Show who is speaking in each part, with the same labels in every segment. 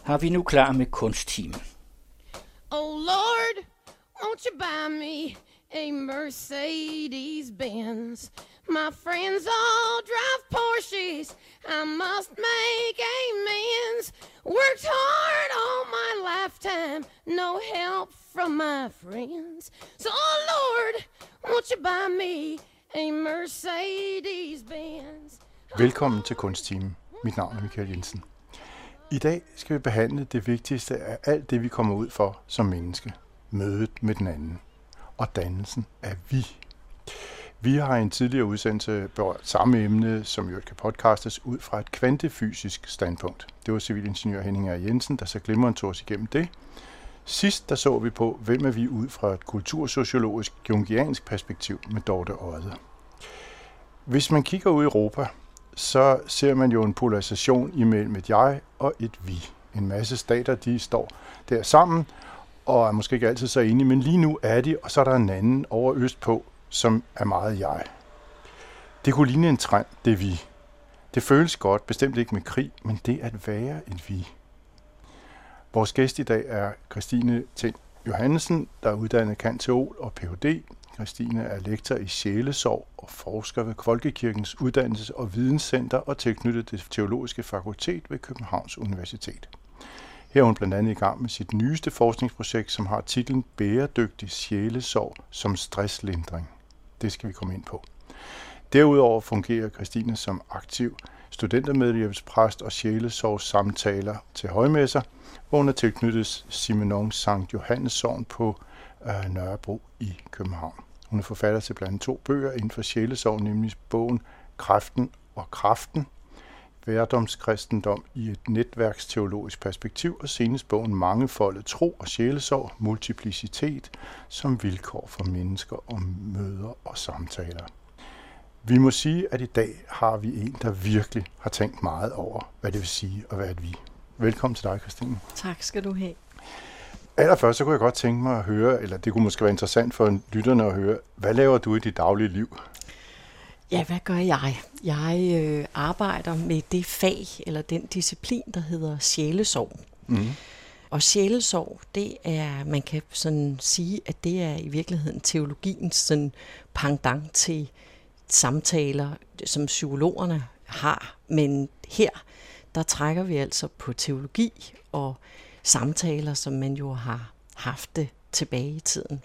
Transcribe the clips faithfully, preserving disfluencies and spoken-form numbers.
Speaker 1: har vi nu klar med kunsttimen.
Speaker 2: Oh Lord, won't you buy me a Mercedes-Benz? My friends all drive Porsches, I must make amends. Worked hard all my lifetime, no help from my friends. So oh Lord, won't you buy me a Mercedes-Benz?
Speaker 3: Velkommen til Kunsttimen. Mit navn er Michael Jensen. I dag skal vi behandle det vigtigste af alt det, vi kommer ud for som menneske. Mødet med den anden. Og dannelsen af vi. Vi har i en tidligere udsendelse berørt samme emne, som jo kan podcastes ud fra et kvantefysisk standpunkt. Det var civilingeniør Henning R. Jensen, der så glimrende tog os igennem det. Sidst der så vi på, hvem er vi ud fra et kultursociologisk, jungiansk perspektiv med Dorte Odde. Hvis man kigger ud i Europa, så ser man jo en polarisation imellem et jeg og et vi. En masse stater, de står der sammen, og er måske ikke altid så enige, men lige nu er de, og så er der en anden over østpå, som er meget jeg. Det kunne ligne en trend, det vi. Det føles godt, bestemt ikke med krig, men det at være et vi. Vores gæst i dag er Christine Ting Johannesen, der er uddannet cand.theol og Ph D. Christine er lektor i sjælesorg og forsker ved Folkekirkens Uddannelses- og Videnscenter og tilknyttet det teologiske fakultet ved Københavns Universitet. Her er hun blandt andet i gang med sit nyeste forskningsprojekt, som har titlen Bæredygtig sjælesorg som stresslindring. Det skal vi komme ind på. Derudover fungerer Christine som aktiv studentermedhjælpspræst og sjælesorgssamtaler til højmesser, hvor hun er tilknyttet Simenon Sankt Johannes Sogn på øh, Nørrebro i København. Hun er forfatter til blandt andet to bøger inden for sjælesorg, nemlig bogen Kræften og Kraften, Værdomskristendom i et netværksteologisk perspektiv, og senest bogen Mangefoldet tro og sjælesorg, multiplicitet som vilkår for mennesker og møder og samtaler. Vi må sige, at i dag har vi en, der virkelig har tænkt meget over, hvad det vil sige at være et vi. Velkommen til dig, Christine.
Speaker 4: Tak skal du have.
Speaker 3: Allerførst så kunne jeg godt tænke mig at høre, eller det kunne måske være interessant for lytterne at høre, hvad laver du i dit daglige liv?
Speaker 4: Ja, hvad gør jeg? Jeg øh, arbejder med det fag, eller den disciplin, der hedder sjælesorg. Mm. Og sjælesorg, det er, man kan sådan sige, at det er i virkeligheden teologiens sådan pendant til samtaler, som psykologerne har. Men her, der trækker vi altså på teologi og samtaler, som man jo har haft det tilbage i tiden.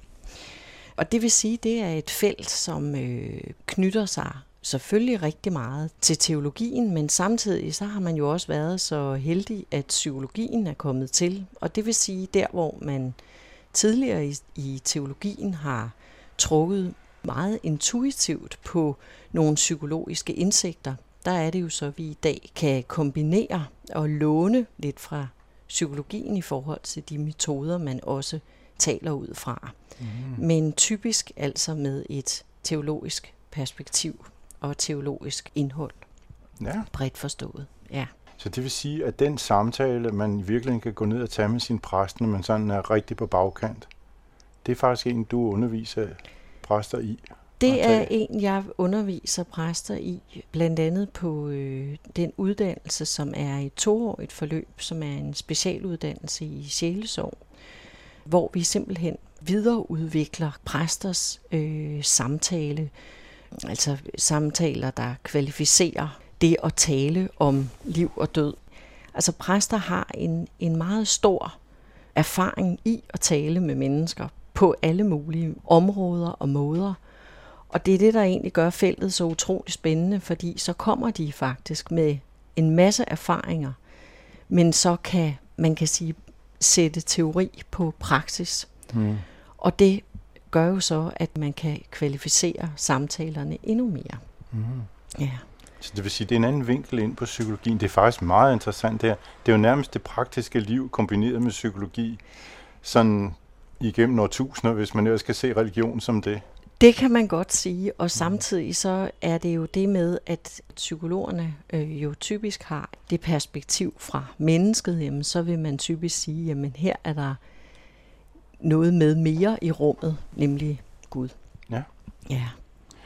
Speaker 4: Og det vil sige, det er et felt, som øh, knytter sig selvfølgelig rigtig meget til teologien, men samtidig så har man jo også været så heldig, at psykologien er kommet til. Og det vil sige, der hvor man tidligere i, i teologien har trukket meget intuitivt på nogle psykologiske indsigter, der er det jo så, at vi i dag kan kombinere og låne lidt fra psykologien i forhold til de metoder, man også taler ud fra. Mm. Men typisk altså med et teologisk perspektiv og teologisk indhold.
Speaker 3: Ja.
Speaker 4: Bredt forstået. Ja.
Speaker 3: Så det vil sige, at den samtale, man virkelig kan gå ned og tage med sin præst, når man sådan er rigtig på bagkant, det er faktisk en, du underviser præster i?
Speaker 4: Det er en, jeg underviser præster i, blandt andet på øh, den uddannelse, som er et toårigt forløb, som er en specialuddannelse i sjælesorg, hvor vi simpelthen videreudvikler præsters øh, samtale, altså samtaler, der kvalificerer det at tale om liv og død. Altså præster har en, en meget stor erfaring i at tale med mennesker på alle mulige områder og måder. Og det er det, der egentlig gør feltet så utroligt spændende, fordi så kommer de faktisk med en masse erfaringer, men så kan man kan sige sætte teori på praksis. Mm. Og det gør jo så, at man kan kvalificere samtalerne endnu mere. Mm. Ja.
Speaker 3: Så det vil sige, det er en anden vinkel ind på psykologien. Det er faktisk meget interessant det her. Det er jo nærmest det praktiske liv kombineret med psykologi, sådan igennem årtusinder, hvis man jo skal se religion som det.
Speaker 4: Det kan man godt sige, og samtidig så er det jo det med, at psykologerne øh, jo typisk har det perspektiv fra mennesket, jamen, så vil man typisk sige, jamen her er der noget med mere i rummet, nemlig Gud.
Speaker 3: Ja.
Speaker 4: Ja.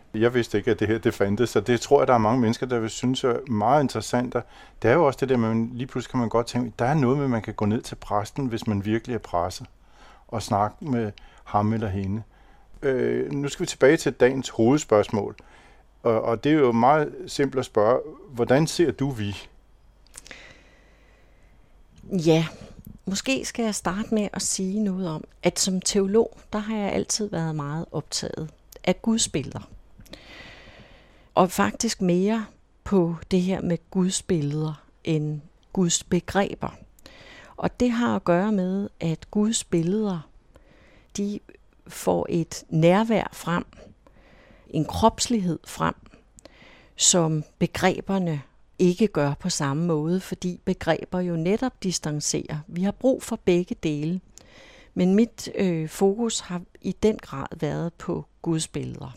Speaker 3: Jeg vidste ikke, at det her det fandtes, så det tror jeg, der er mange mennesker, der vil synes er meget interessant. Og det er jo også det der, man lige pludselig kan man godt tænke, der er noget med, at man kan gå ned til præsten, hvis man virkelig er presset, og snakke med ham eller hende. Øh, nu skal vi tilbage til dagens hovedspørgsmål. Og, og det er jo meget simpelt at spørge, hvordan ser du vi?
Speaker 4: Ja, måske skal jeg starte med at sige noget om, at som teolog, der har jeg altid været meget optaget af Guds billeder. Og faktisk mere på det her med Guds billeder end Guds begreber. Og det har at gøre med, at Guds billeder, de får et nærvær frem, en kropslighed frem, som begreberne ikke gør på samme måde, fordi begreber jo netop distancerer. Vi har brug for begge dele, men mit øh, fokus har i den grad været på Guds billeder.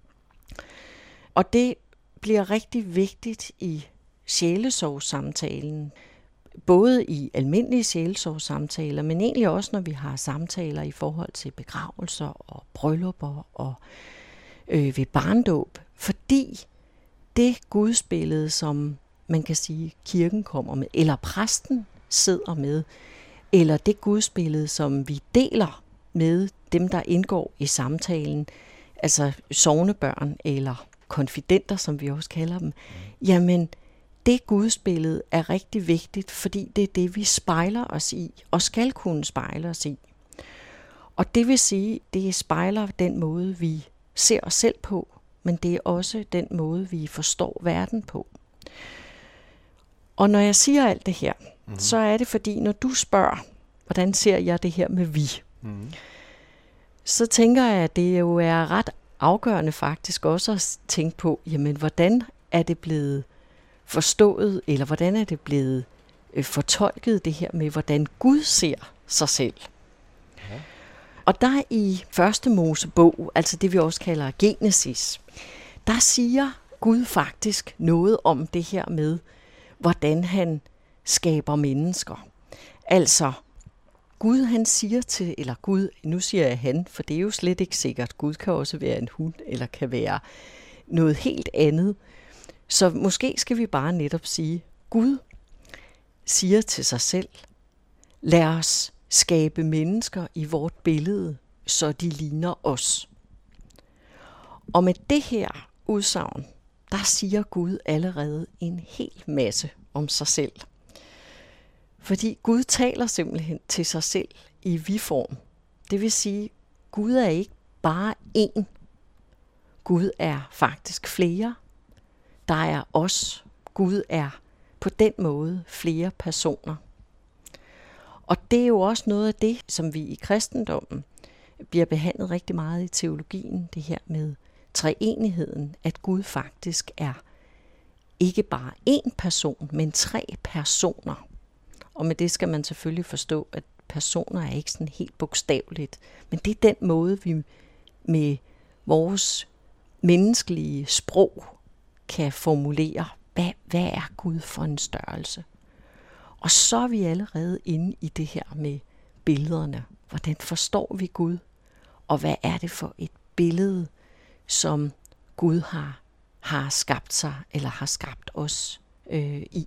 Speaker 4: Og det bliver rigtig vigtigt i sjælesorgssamtalen, både i almindelige sjælesorgssamtaler, men egentlig også når vi har samtaler i forhold til begravelser og bryllupper og øh, ved barndåb, fordi det gudsbillede, som man kan sige, kirken kommer med, eller præsten sidder med, eller det gudsbillede, som vi deler med dem, der indgår i samtalen, altså sognebørn eller konfidenter, som vi også kalder dem, jamen det gudsbillede er rigtig vigtigt, fordi det er det, vi spejler os i, og skal kunne spejle os i. Og det vil sige, det spejler den måde, vi ser os selv på, men det er også den måde, vi forstår verden på. Og når jeg siger alt det her, mm-hmm. så er det fordi, når du spørger, hvordan ser jeg det her med vi, mm-hmm. så tænker jeg, at det jo er ret afgørende faktisk også at tænke på, jamen hvordan er det blevet forstået, eller hvordan er det blevet øh, fortolket det her med, hvordan Gud ser sig selv. Ja. Og der i første Mosebog, altså det vi også kalder Genesis, der siger Gud faktisk noget om det her med, hvordan han skaber mennesker. Altså, Gud han siger til, eller Gud, nu siger jeg han, for det er jo slet ikke sikkert. Gud kan også være en hund, eller kan være noget helt andet. Så måske skal vi bare netop sige, Gud siger til sig selv, lad os skabe mennesker i vort billede, så de ligner os. Og med det her udsagn, der siger Gud allerede en hel masse om sig selv. Fordi Gud taler simpelthen til sig selv i vi-form. Det vil sige, Gud er ikke bare én. Gud er faktisk flere. Der er os. Gud er på den måde flere personer. Og det er jo også noget af det, som vi i kristendommen bliver behandlet rigtig meget i teologien, det her med treenigheden, at Gud faktisk er ikke bare én person, men tre personer. Og med det skal man selvfølgelig forstå, at personer er ikke sådan helt bogstaveligt, men det er den måde, vi med vores menneskelige sprog kan formulere, hvad, hvad er Gud for en størrelse? Og så er vi allerede inde i det her med billederne. Hvordan forstår vi Gud? Og hvad er det for et billede, som Gud har, har skabt sig, eller har skabt os øh, i?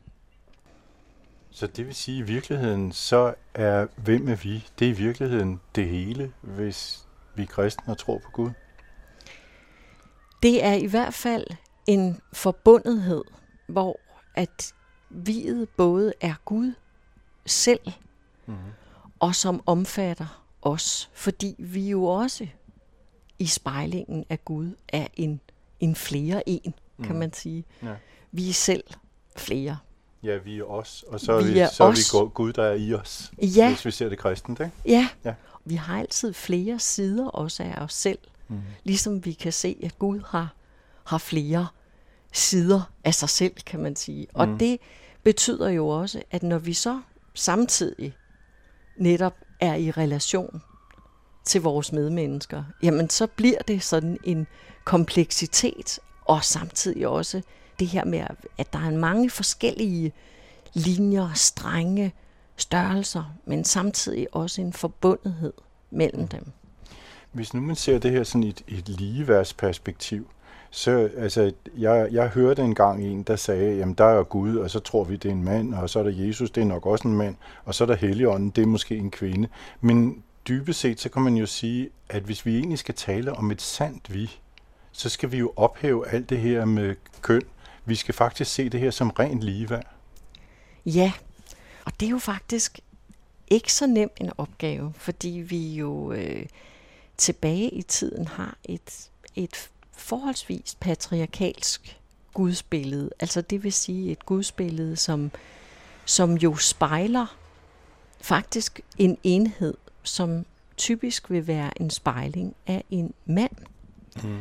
Speaker 3: Så det vil sige, at i virkeligheden, så er hvem er vi? Det er i virkeligheden det hele, hvis vi er kristne og tror på Gud?
Speaker 4: Det er i hvert fald en forbundethed, hvor at viet både er Gud selv, mm-hmm. og som omfatter os, fordi vi jo også i spejlingen af Gud er en, en flere en, mm. kan man sige. Ja. Vi er selv flere.
Speaker 3: Ja, vi er os, og så er vi, vi, er så er vi Gud, der er i os, ja. Hvis vi ser det kristent, ikke?
Speaker 4: Ja. ja, vi har altid flere sider også af os selv, mm. ligesom vi kan se, at Gud har, har flere sider af sig selv, kan man sige. Og mm. det betyder jo også, at når vi så samtidig netop er i relation til vores medmennesker, jamen så bliver det sådan en kompleksitet, og samtidig også det her med, at der er mange forskellige linjer, strenge, størrelser, men samtidig også en forbundethed mellem dem.
Speaker 3: Hvis nu man ser det her sådan i et, et ligeværdsperspektiv, så altså, jeg, jeg hørte engang en, der sagde, jamen der er Gud, og så tror vi, det er en mand, og så er der Jesus, det er nok også en mand, og så er der Helligånden, det er måske en kvinde. Men dybest set, så kan man jo sige, at hvis vi egentlig skal tale om et sandt vi, så skal vi jo ophæve alt det her med køn. Vi skal faktisk se det her som rent ligeværd.
Speaker 4: Ja, og det er jo faktisk ikke så nem en opgave, fordi vi jo øh, tilbage i tiden har et, et forholdsvis patriarkalsk gudsbillede. Altså det vil sige et gudsbillede, som, som jo spejler faktisk en enhed, som typisk vil være en spejling af en mand. Mm.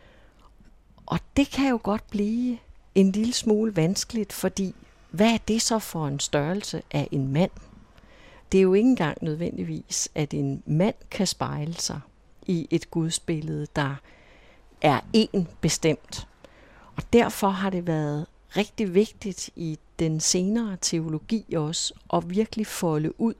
Speaker 4: Og det kan jo godt blive en lille smule vanskeligt, fordi hvad er det så for en størrelse af en mand? Det er jo ikke engang nødvendigvis, at en mand kan spejle sig i et gudsbillede, der er en bestemt. Og derfor har det været rigtig vigtigt i den senere teologi også at virkelig folde ud,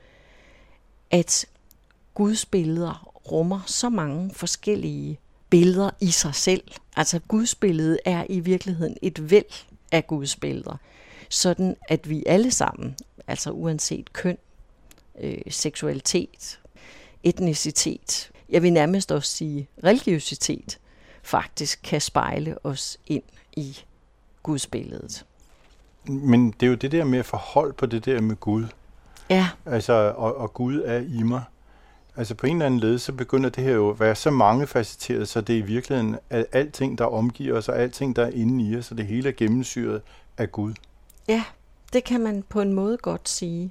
Speaker 4: at gudsbilleder rummer så mange forskellige billeder i sig selv. Altså gudsbilledet er i virkeligheden et væld af gudsbilleder, sådan at vi alle sammen, altså uanset køn, øh, seksualitet, etnicitet, jeg vil nærmest også sige religiøsitet, faktisk kan spejle os ind i gudsbilledet.
Speaker 3: Men det er jo det der med at forholde på det der med Gud.
Speaker 4: Ja.
Speaker 3: Altså, og, og Gud er i mig. Altså på en eller anden led, så begynder det her jo at være så mangefacetteret, så det er i virkeligheden at alting, der omgiver os, og alting, der er inde i os, så det hele er gennemsyret af Gud.
Speaker 4: Ja, det kan man på en måde godt sige.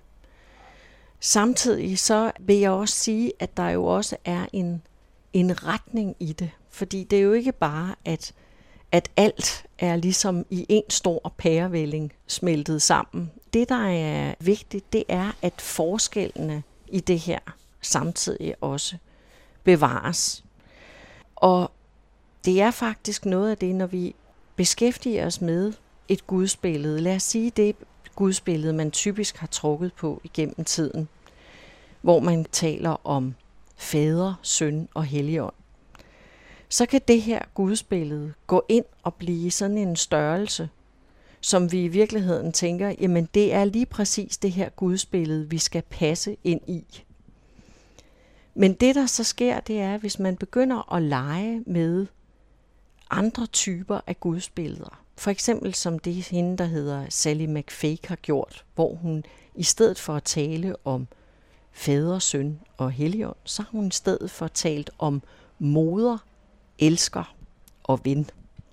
Speaker 4: Samtidig så vil jeg også sige, at der jo også er en, en retning i det. Fordi det er jo ikke bare, at, at alt er ligesom i en stor pærevælling smeltet sammen. Det, der er vigtigt, det er, at forskellene i det her samtidig også bevares. Og det er faktisk noget af det, når vi beskæftiger os med et gudsbillede. Lad os sige det gudsbillede, man typisk har trukket på igennem tiden, hvor man taler om fader, søn og helligånd. Så kan det her gudsbillede gå ind og blive sådan en størrelse, som vi i virkeligheden tænker, jamen det er lige præcis det her gudsbillede, vi skal passe ind i. Men det, der så sker, det er, hvis man begynder at lege med andre typer af gudsbilleder. For eksempel som det hende, der hedder Sally McFake har gjort, hvor hun i stedet for at tale om fader, søn og helligånd, så har hun i stedet for talt om moder, elsker og ven.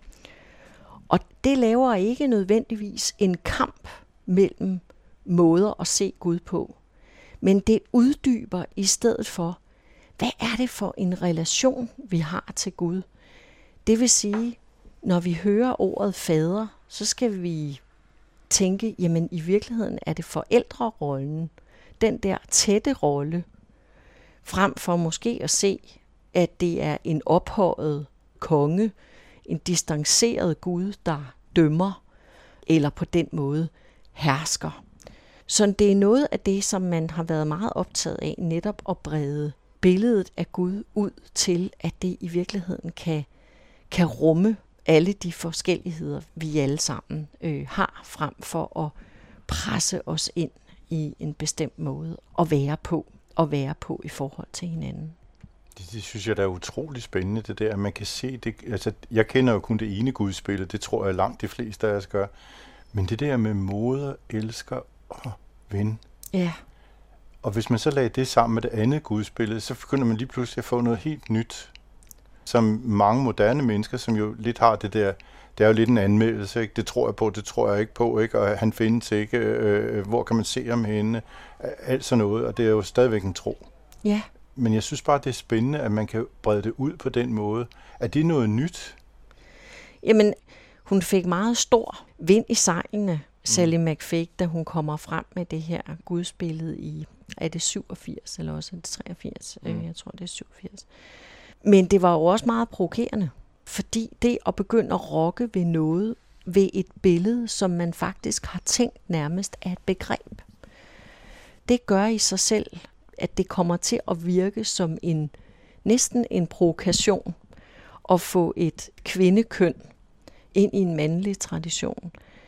Speaker 4: Og det laver ikke nødvendigvis en kamp mellem måder at se Gud på, men det uddyber i stedet for, hvad er det for en relation, vi har til Gud? Det vil sige, når vi hører ordet fader, så skal vi tænke, jamen i virkeligheden er det forældrerollen, den der tætte rolle, frem for måske at se, at det er en ophøjet konge, en distanceret Gud, der dømmer, eller på den måde hersker. Så det er noget af det, som man har været meget optaget af, netop at brede billedet af Gud ud til, at det i virkeligheden kan, kan rumme alle de forskelligheder, vi alle sammen øh, har, frem for at presse os ind i en bestemt måde at være på, og være på i forhold til hinanden.
Speaker 3: Det, det synes jeg, der er utrolig spændende, det der, at man kan se det. Altså, jeg kender jo kun det ene gudsbillede, det tror jeg langt de fleste af os gør. Men det der med moder, elsker og ven.
Speaker 4: Ja.
Speaker 3: Og hvis man så lagde det sammen med det andet gudsbillede, så begynder man lige pludselig at få noget helt nyt. Som mange moderne mennesker, som jo lidt har det der, det er jo lidt en anmeldelse, ikke? Det tror jeg på, det tror jeg ikke på, ikke? Og han findes ikke, øh, hvor kan man se ham henne, alt sådan noget, og det er jo stadigvæk en tro.
Speaker 4: Ja.
Speaker 3: Men jeg synes bare, det er spændende, at man kan brede det ud på den måde. Er det noget nyt?
Speaker 4: Jamen, hun fik meget stor vind i sejlene, Sally mm. McFake, da hun kommer frem med det her gudsbillede i, er det syvogfirs, eller også er det treogfirs? Mm. Jeg tror, det er syvogfirs. Men det var jo også meget provokerende, fordi det at begynde at rokke ved noget, ved et billede, som man faktisk har tænkt nærmest er et begreb, det gør i sig selv, at det kommer til at virke som en næsten en provokation at få et kvindekøn ind i en mandlig tradition.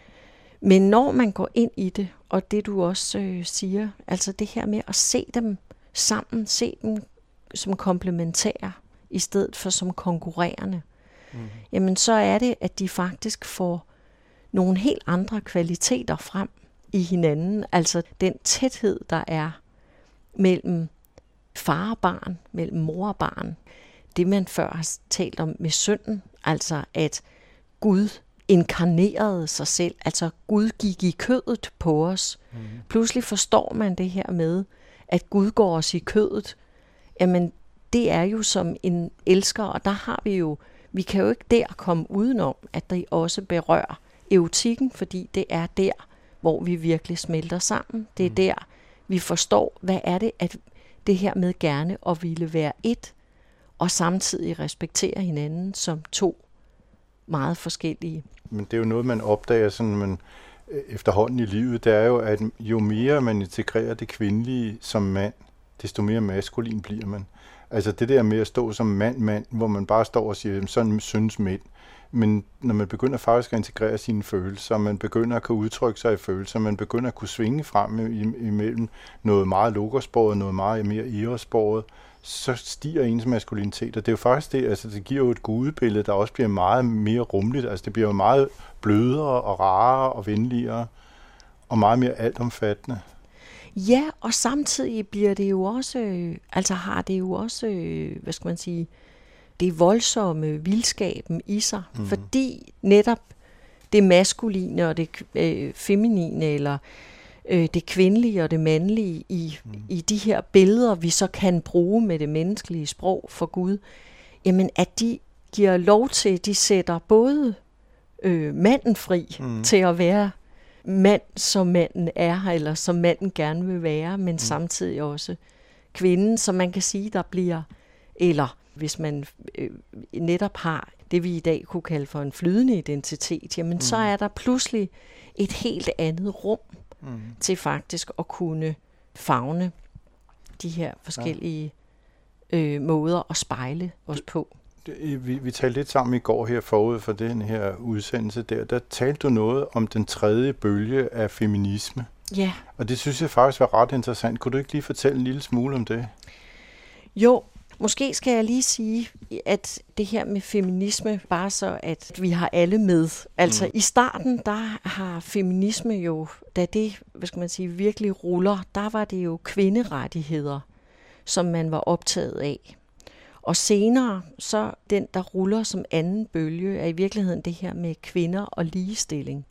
Speaker 4: Men når man går ind i det, og det du også øh, siger, altså det her med at se dem sammen, se dem som komplementære, i stedet for som konkurrerende, mm. jamen så er det, at de faktisk får nogle helt andre kvaliteter frem i hinanden. Altså den tæthed, der er mellem far og barn, mellem mor og barn. Det man før har talt om med synden, altså at Gud inkarnerede sig selv, altså Gud gik i kødet på os. Mm. Pludselig forstår man det her med, at Gud går os i kødet. Jamen, det er jo som en elsker, og der har vi jo, vi kan jo ikke der komme udenom, at det også berører eutikken, fordi det er der, hvor vi virkelig smelter sammen. Det er mm. der, vi forstår, hvad er det, at det her med gerne at ville være et, og samtidig respektere hinanden som to meget forskellige.
Speaker 3: Men det er jo noget, man opdager sådan, man, efterhånden i livet, det er jo, at jo mere man integrerer det kvindelige som mand, desto mere maskulin bliver man. Altså det der med at stå som mand-mand, hvor man bare står og siger, sådan synes mænd. Men når man begynder faktisk at integrere sine følelser, man begynder at kunne udtrykke sig i følelser, man begynder at kunne svinge frem imellem noget meget logosbåret og noget meget mere erosbåret, så stiger ens maskulinitet. Og det er jo faktisk det, altså det giver jo et gudebillede, der også bliver meget mere rummeligt. Altså det bliver jo meget blødere og rarere og venligere og meget mere altomfattende.
Speaker 4: Ja, og samtidig bliver det jo også, øh, altså har det jo også, øh, hvad skal man sige, det voldsomme vildskaben i sig, mm. fordi netop det maskuline og det øh, feminine, eller øh, det kvindelige og det mandlige i, mm. i de her billeder, vi så kan bruge med det menneskelige sprog for Gud, jamen at de giver lov til, de sætter både øh, manden fri mm. til at være mand, som manden er, eller som manden gerne vil være, men mm. samtidig også kvinden, som man kan sige, der bliver, eller hvis man øh, netop har det, vi i dag kunne kalde for en flydende identitet, jamen mm. så er der pludselig et helt andet rum mm. til faktisk at kunne favne de her forskellige ja. øh, måder at spejle os på.
Speaker 3: Vi, vi talte lidt sammen i går her forud for den her udsendelse der. Der talte du noget om den tredje bølge af feminisme.
Speaker 4: Ja. Og
Speaker 3: det synes jeg faktisk var ret interessant. Kunne du ikke lige fortælle en lille smule om det?
Speaker 4: Jo, måske skal jeg lige sige, at det her med feminisme, bare så at vi har alle med. Altså mm. i starten, der har feminisme jo, da det, hvad skal man sige, virkelig ruller, der var det jo kvinderettigheder, som man var optaget af. Og senere, så den, der ruller som anden bølge, er i virkeligheden det her med kvinder og ligestilling.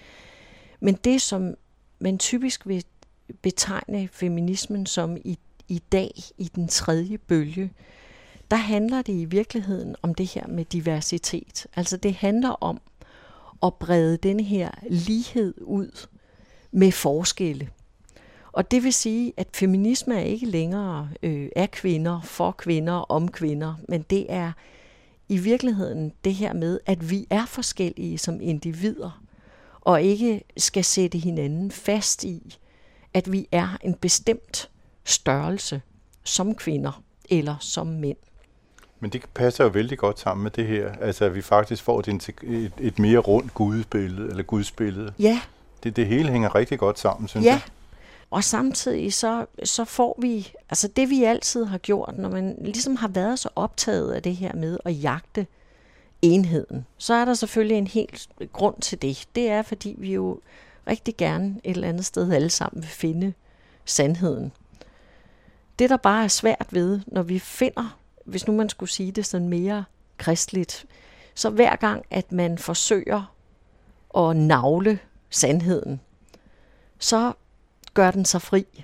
Speaker 4: Men det, som man typisk vil betegne feminismen som i, i dag, i den tredje bølge, der handler det i virkeligheden om det her med diversitet. Altså det handler om at brede den her lighed ud med forskelle. Og det vil sige, at feminisme er ikke længere øh, af kvinder, for kvinder, om kvinder, men det er i virkeligheden det her med, at vi er forskellige som individer, og ikke skal sætte hinanden fast i, at vi er en bestemt størrelse som kvinder eller som mænd.
Speaker 3: Men det passer jo vældig godt sammen med det her, altså at vi faktisk får et, et, et mere rundt gudsbillede, eller gudsbillede.
Speaker 4: Ja.
Speaker 3: Det, det hele hænger rigtig godt sammen, synes
Speaker 4: ja.
Speaker 3: jeg.
Speaker 4: Og samtidig så, så får vi, altså det vi altid har gjort, når man ligesom har været så optaget af det her med at jagte enheden, så er der selvfølgelig en helt grund til det. Det er, fordi vi jo rigtig gerne et eller andet sted alle sammen vil finde sandheden. Det, der bare er svært ved, når vi finder, hvis nu man skulle sige det sådan mere kristligt, så hver gang, at man forsøger at nagle sandheden, så gør den sig fri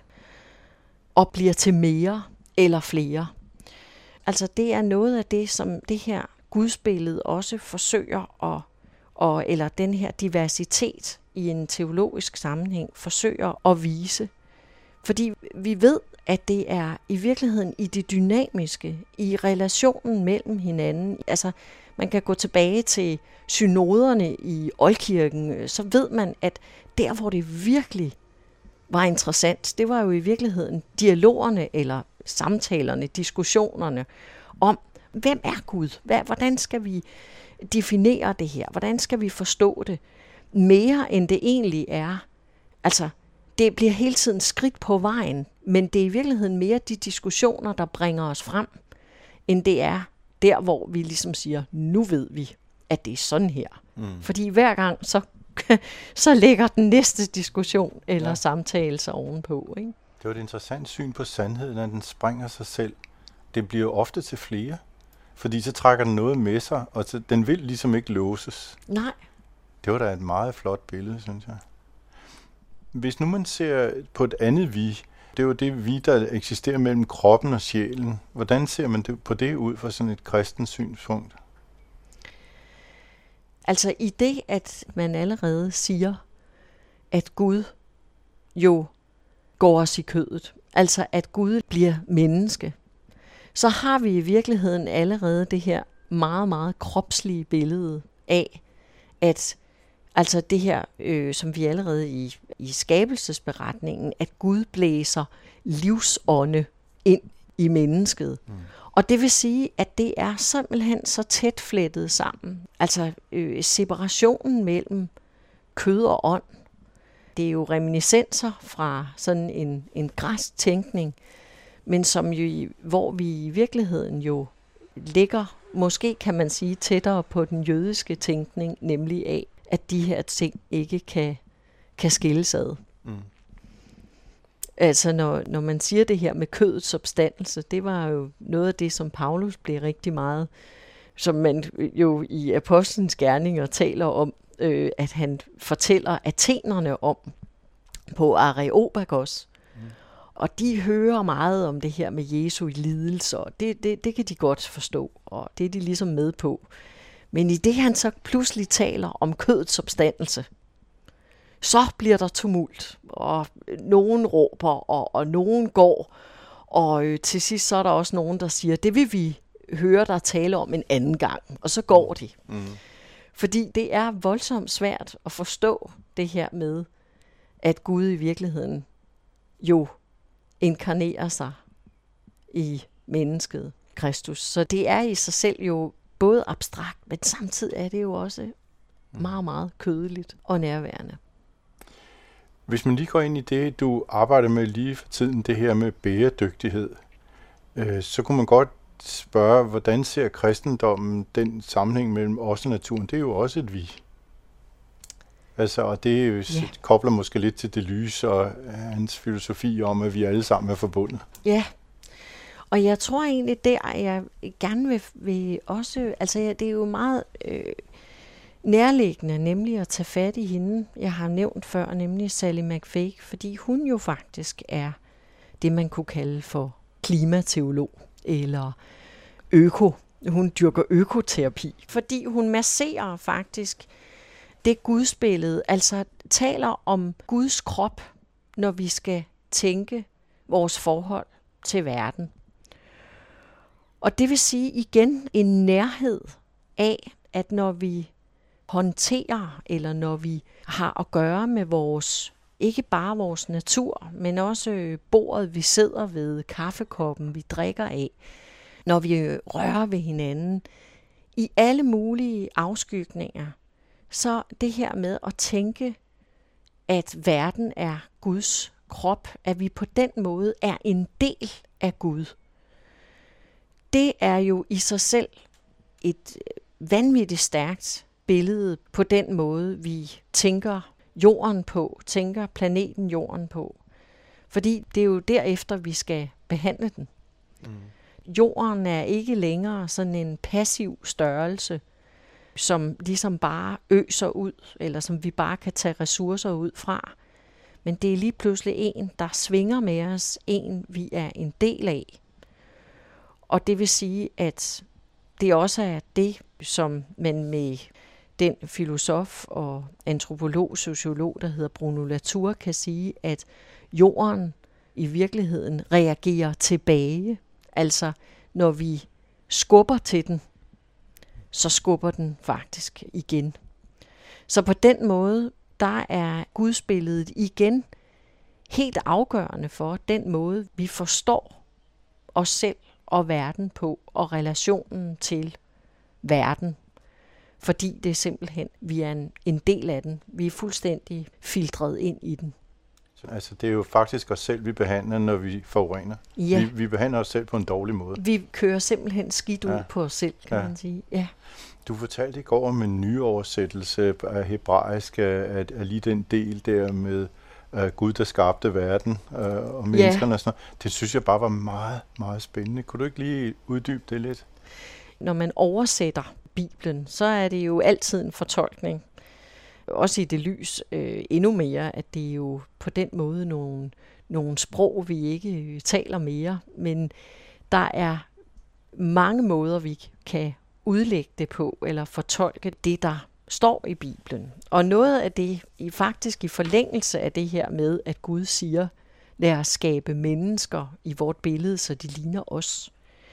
Speaker 4: og bliver til mere eller flere. Altså det er noget af det, som det her gudsbillede også forsøger at, og, eller den her diversitet i en teologisk sammenhæng forsøger at vise. Fordi vi ved, at det er i virkeligheden i det dynamiske, i relationen mellem hinanden. Altså man kan gå tilbage til synoderne i oldkirken, så ved man, at der hvor det virkelig var interessant, det var jo i virkeligheden dialogerne eller samtalerne, diskussionerne om, hvem er Gud? Hvad, hvordan skal vi definere det her? Hvordan skal vi forstå det? Mere end det egentlig er. Altså, det bliver hele tiden skridt på vejen, men det er i virkeligheden mere de diskussioner, der bringer os frem, end det er der, hvor vi ligesom siger, nu ved vi, at det er sådan her. Mm. Fordi hver gang, så, så lægger den næste diskussion eller ja. samtale sig ovenpå. Ikke?
Speaker 3: Det var et interessant syn på sandheden, at den springer sig selv. Det bliver jo ofte til flere, fordi så trækker den noget med sig, og så, den vil ligesom ikke låses.
Speaker 4: Nej.
Speaker 3: Det var da et meget flot billede, synes jeg. Hvis nu man ser på et andet vi, det er jo det vi, der eksisterer mellem kroppen og sjælen. Hvordan ser man det, på det ud fra sådan et kristent synspunkt?
Speaker 4: Altså i det, at man allerede siger, at Gud jo går os i kødet, altså at Gud bliver menneske, så har vi i virkeligheden allerede det her meget, meget kropslige billede af, at altså det her, øh, som vi allerede i, i skabelsesberetningen, at Gud blæser livsånde ind i mennesket. Mm. Og det vil sige, at det er simpelthen så tæt flettet sammen. Altså øh, separationen mellem kød og ånd. Det er jo reminiscenser fra sådan en, en græsk tænkning, men som jo, hvor vi i virkeligheden jo ligger, måske kan man sige, tættere på den jødiske tænkning, nemlig af, at de her ting ikke kan, kan skilles ad. Mm. Altså når, når man siger det her med kødets substance, det var jo noget af det, som Paulus blev rigtig meget, som man jo i Apostlens gerninger taler om, øh, at han fortæller athenerne om på Areopagos. Mm. Og de hører meget om det her med Jesu lidelser, og det, det, det kan de godt forstå, og det er de ligesom med på. Men i det, han så pludselig taler om kødets substance, så bliver der tumult, og nogen råber, og, og nogen går, og øh, til sidst så er der også nogen, der siger, det vil vi høre dig tale om en anden gang, og så går de. Mm. Fordi det er voldsomt svært at forstå det her med, at Gud i virkeligheden jo inkarnerer sig i mennesket, Kristus. Så det er i sig selv jo både abstrakt, men samtidig er det jo også meget, meget kødeligt og nærværende.
Speaker 3: Hvis man lige går ind i det, du arbejder med lige for tiden, det her med bæredygtighed, øh, så kunne man godt spørge, hvordan ser kristendommen den sammenhæng mellem os og naturen? Det er jo også et vi. Altså, og det jo, ja. kobler måske lidt til det lyse og hans filosofi om, at vi alle sammen er forbundet.
Speaker 4: Ja, og jeg tror egentlig, der jeg gerne vil, vil også, altså det er jo meget øh, nærliggende, nemlig at tage fat i hende, jeg har nævnt før, nemlig Sally McFake, fordi hun jo faktisk er det, man kunne kalde for klimateolog, eller øko. Hun dyrker økoterapi, fordi hun masserer faktisk det gudsbillede, altså taler om Guds krop, når vi skal tænke vores forhold til verden. Og det vil sige igen en nærhed af, at når vi håndterer, eller når vi har at gøre med vores, ikke bare vores natur, men også bordet, vi sidder ved, kaffekoppen, vi drikker af, når vi rører ved hinanden, i alle mulige afskygninger, så det her med at tænke, at verden er Guds krop, at vi på den måde er en del af Gud. Det er jo i sig selv et vanvittigt stærkt billede på den måde, vi tænker jorden på, tænker planeten jorden på. Fordi det er jo derefter, vi skal behandle den. Mm. Jorden er ikke længere sådan en passiv størrelse, som ligesom bare øser ud, eller som vi bare kan tage ressourcer ud fra. Men det er lige pludselig en, der svinger med os, en vi er en del af. Og det vil sige, at det også er det, som man med den filosof og antropolog, sociolog, der hedder Bruno Latour, kan sige, at jorden i virkeligheden reagerer tilbage. Altså, når vi skubber til den, så skubber den faktisk igen. Så på den måde, der er gudsbilledet igen helt afgørende for den måde, vi forstår os selv og verden på, og relationen til verden. Fordi det er simpelthen, vi er en, en del af den. Vi er fuldstændig filtreret ind i den.
Speaker 3: Altså, det er jo faktisk os selv, vi behandler, når vi forurener.
Speaker 4: Ja.
Speaker 3: Vi, vi behandler os selv på en dårlig måde.
Speaker 4: Vi kører simpelthen skidt ud
Speaker 3: Ja.
Speaker 4: på os selv, kan
Speaker 3: Ja.
Speaker 4: man sige. Ja.
Speaker 3: Du fortalte i går om en nyoversættelse af hebraisk, af, af lige den del der med uh, Gud, der skabte verden uh, og menneskerne og sådan noget. Det synes jeg bare var meget, meget spændende. Kunne du ikke lige uddybe det lidt?
Speaker 4: Når man oversætter Bibelen, så er det jo altid en fortolkning. Også i det lys øh, endnu mere, at det er jo på den måde nogle, nogle sprog, vi ikke taler mere. Men der er mange måder, vi kan udlægge det på, eller fortolke det, der står i Bibelen. Og noget af det, faktisk i forlængelse af det her med, at Gud siger, lad os skabe mennesker i vort billede, så de ligner os.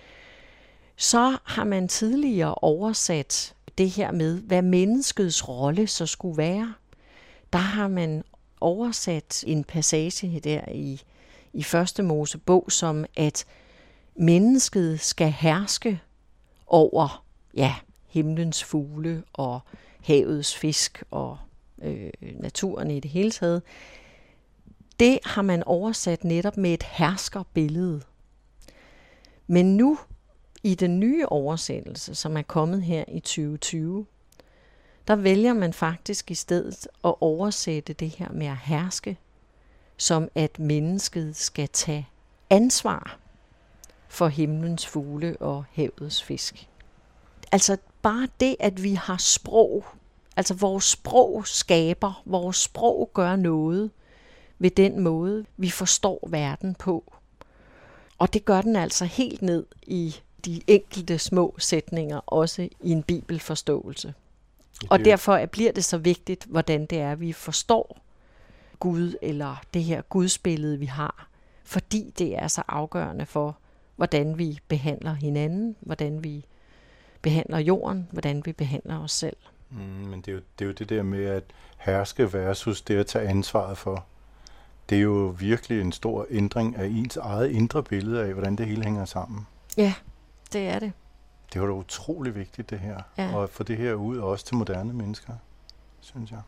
Speaker 4: Så har man tidligere oversat det her med, hvad menneskets rolle så skulle være. Der har man oversat en passage der i, i første Mosebog, som at mennesket skal herske over ja, himlens fugle og havets fisk og øh, naturen i det hele taget. Det har man oversat netop med et herskerbillede. Men nu i den nye oversættelse, som er kommet her i tyve tyve, der vælger man faktisk i stedet at oversætte det her med at herske, som at mennesket skal tage ansvar for himlens fugle og havets fisk. Altså bare det, at vi har sprog, altså vores sprog skaber, vores sprog gør noget ved den måde, vi forstår verden på. Og det gør den altså helt ned i de enkelte små sætninger, også i en bibelforståelse. Og derfor bliver det så vigtigt, hvordan det er, vi forstår Gud, eller det her gudsbillede, vi har. Fordi det er så afgørende for, hvordan vi behandler hinanden, hvordan vi behandler jorden, hvordan vi behandler os selv.
Speaker 3: Mm, men det er, jo, det er jo det der med at herske versus det at tage ansvaret for. Det er jo virkelig en stor ændring af ens eget indre billede af, hvordan det hele hænger sammen.
Speaker 4: Ja, det er det.
Speaker 3: Det var da utrolig vigtigt, det her.
Speaker 4: Ja.
Speaker 3: Og at få det her ud, også til moderne mennesker, synes jeg.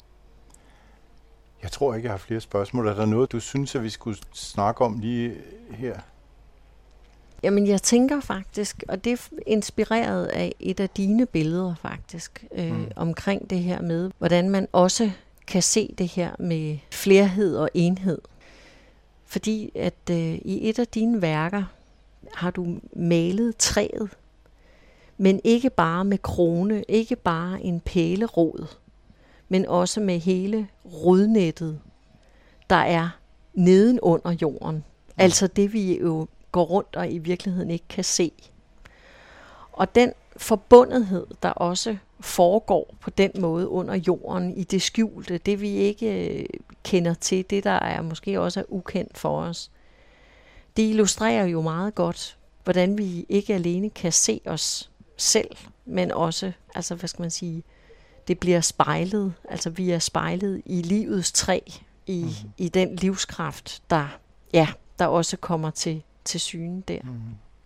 Speaker 3: Jeg tror ikke, jeg har flere spørgsmål. Er der noget, du synes, at vi skulle snakke om lige her?
Speaker 4: Jamen, jeg tænker faktisk, og det er inspireret af et af dine billeder faktisk, øh, mm. omkring det her med, hvordan man også kan se det her med flerhed og enhed. Fordi at øh, i et af dine værker har du malet træet, men ikke bare med krone, ikke bare en pælerod, men også med hele rodnettet, der er nedenunder jorden. Mm. Altså det, vi jo går rundt og i virkeligheden ikke kan se. Og den forbundethed, der også foregår på den måde under jorden, i det skjulte, det vi ikke kender til, det der er måske også er ukendt for os, det illustrerer jo meget godt, hvordan vi ikke alene kan se os selv, men også, altså hvad skal man sige, det bliver spejlet, altså vi er spejlet i livets træ, i, mm. i den livskraft, der, ja, der også kommer til, til syne der. Mm.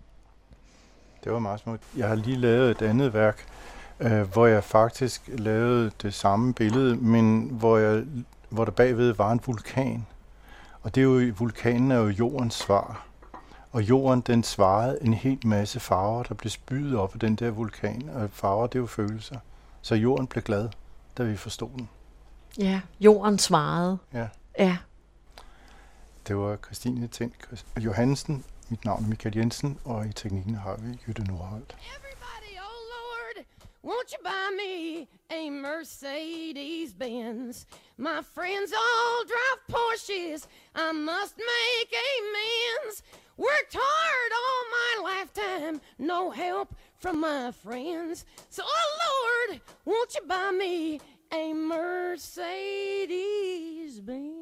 Speaker 3: Det var meget smukt. Jeg har lige lavet et andet værk, øh, hvor jeg faktisk lavede det samme billede, men hvor, jeg, hvor der bagved var en vulkan. Og det er jo, vulkanen er jo jordens svar. Og jorden, den svarede en hel masse farver, der blev spydet op af den der vulkan. Og farver, det er jo følelser. Så jorden blev glad, da vi forstod den.
Speaker 4: Ja, jorden svarede.
Speaker 3: Ja.
Speaker 4: Ja.
Speaker 3: Det var Christine Tind Johansen. Mit navn er Michael Jensen, og i teknikken har vi Jytte Nordholt.
Speaker 2: Everybody, oh Lord, won't you buy me a Mercedes-Benz? My friends all drive Porsches, I must make amends. Worked hard all my lifetime, no help from my friends. So, oh Lord, won't you buy me a Mercedes-Benz?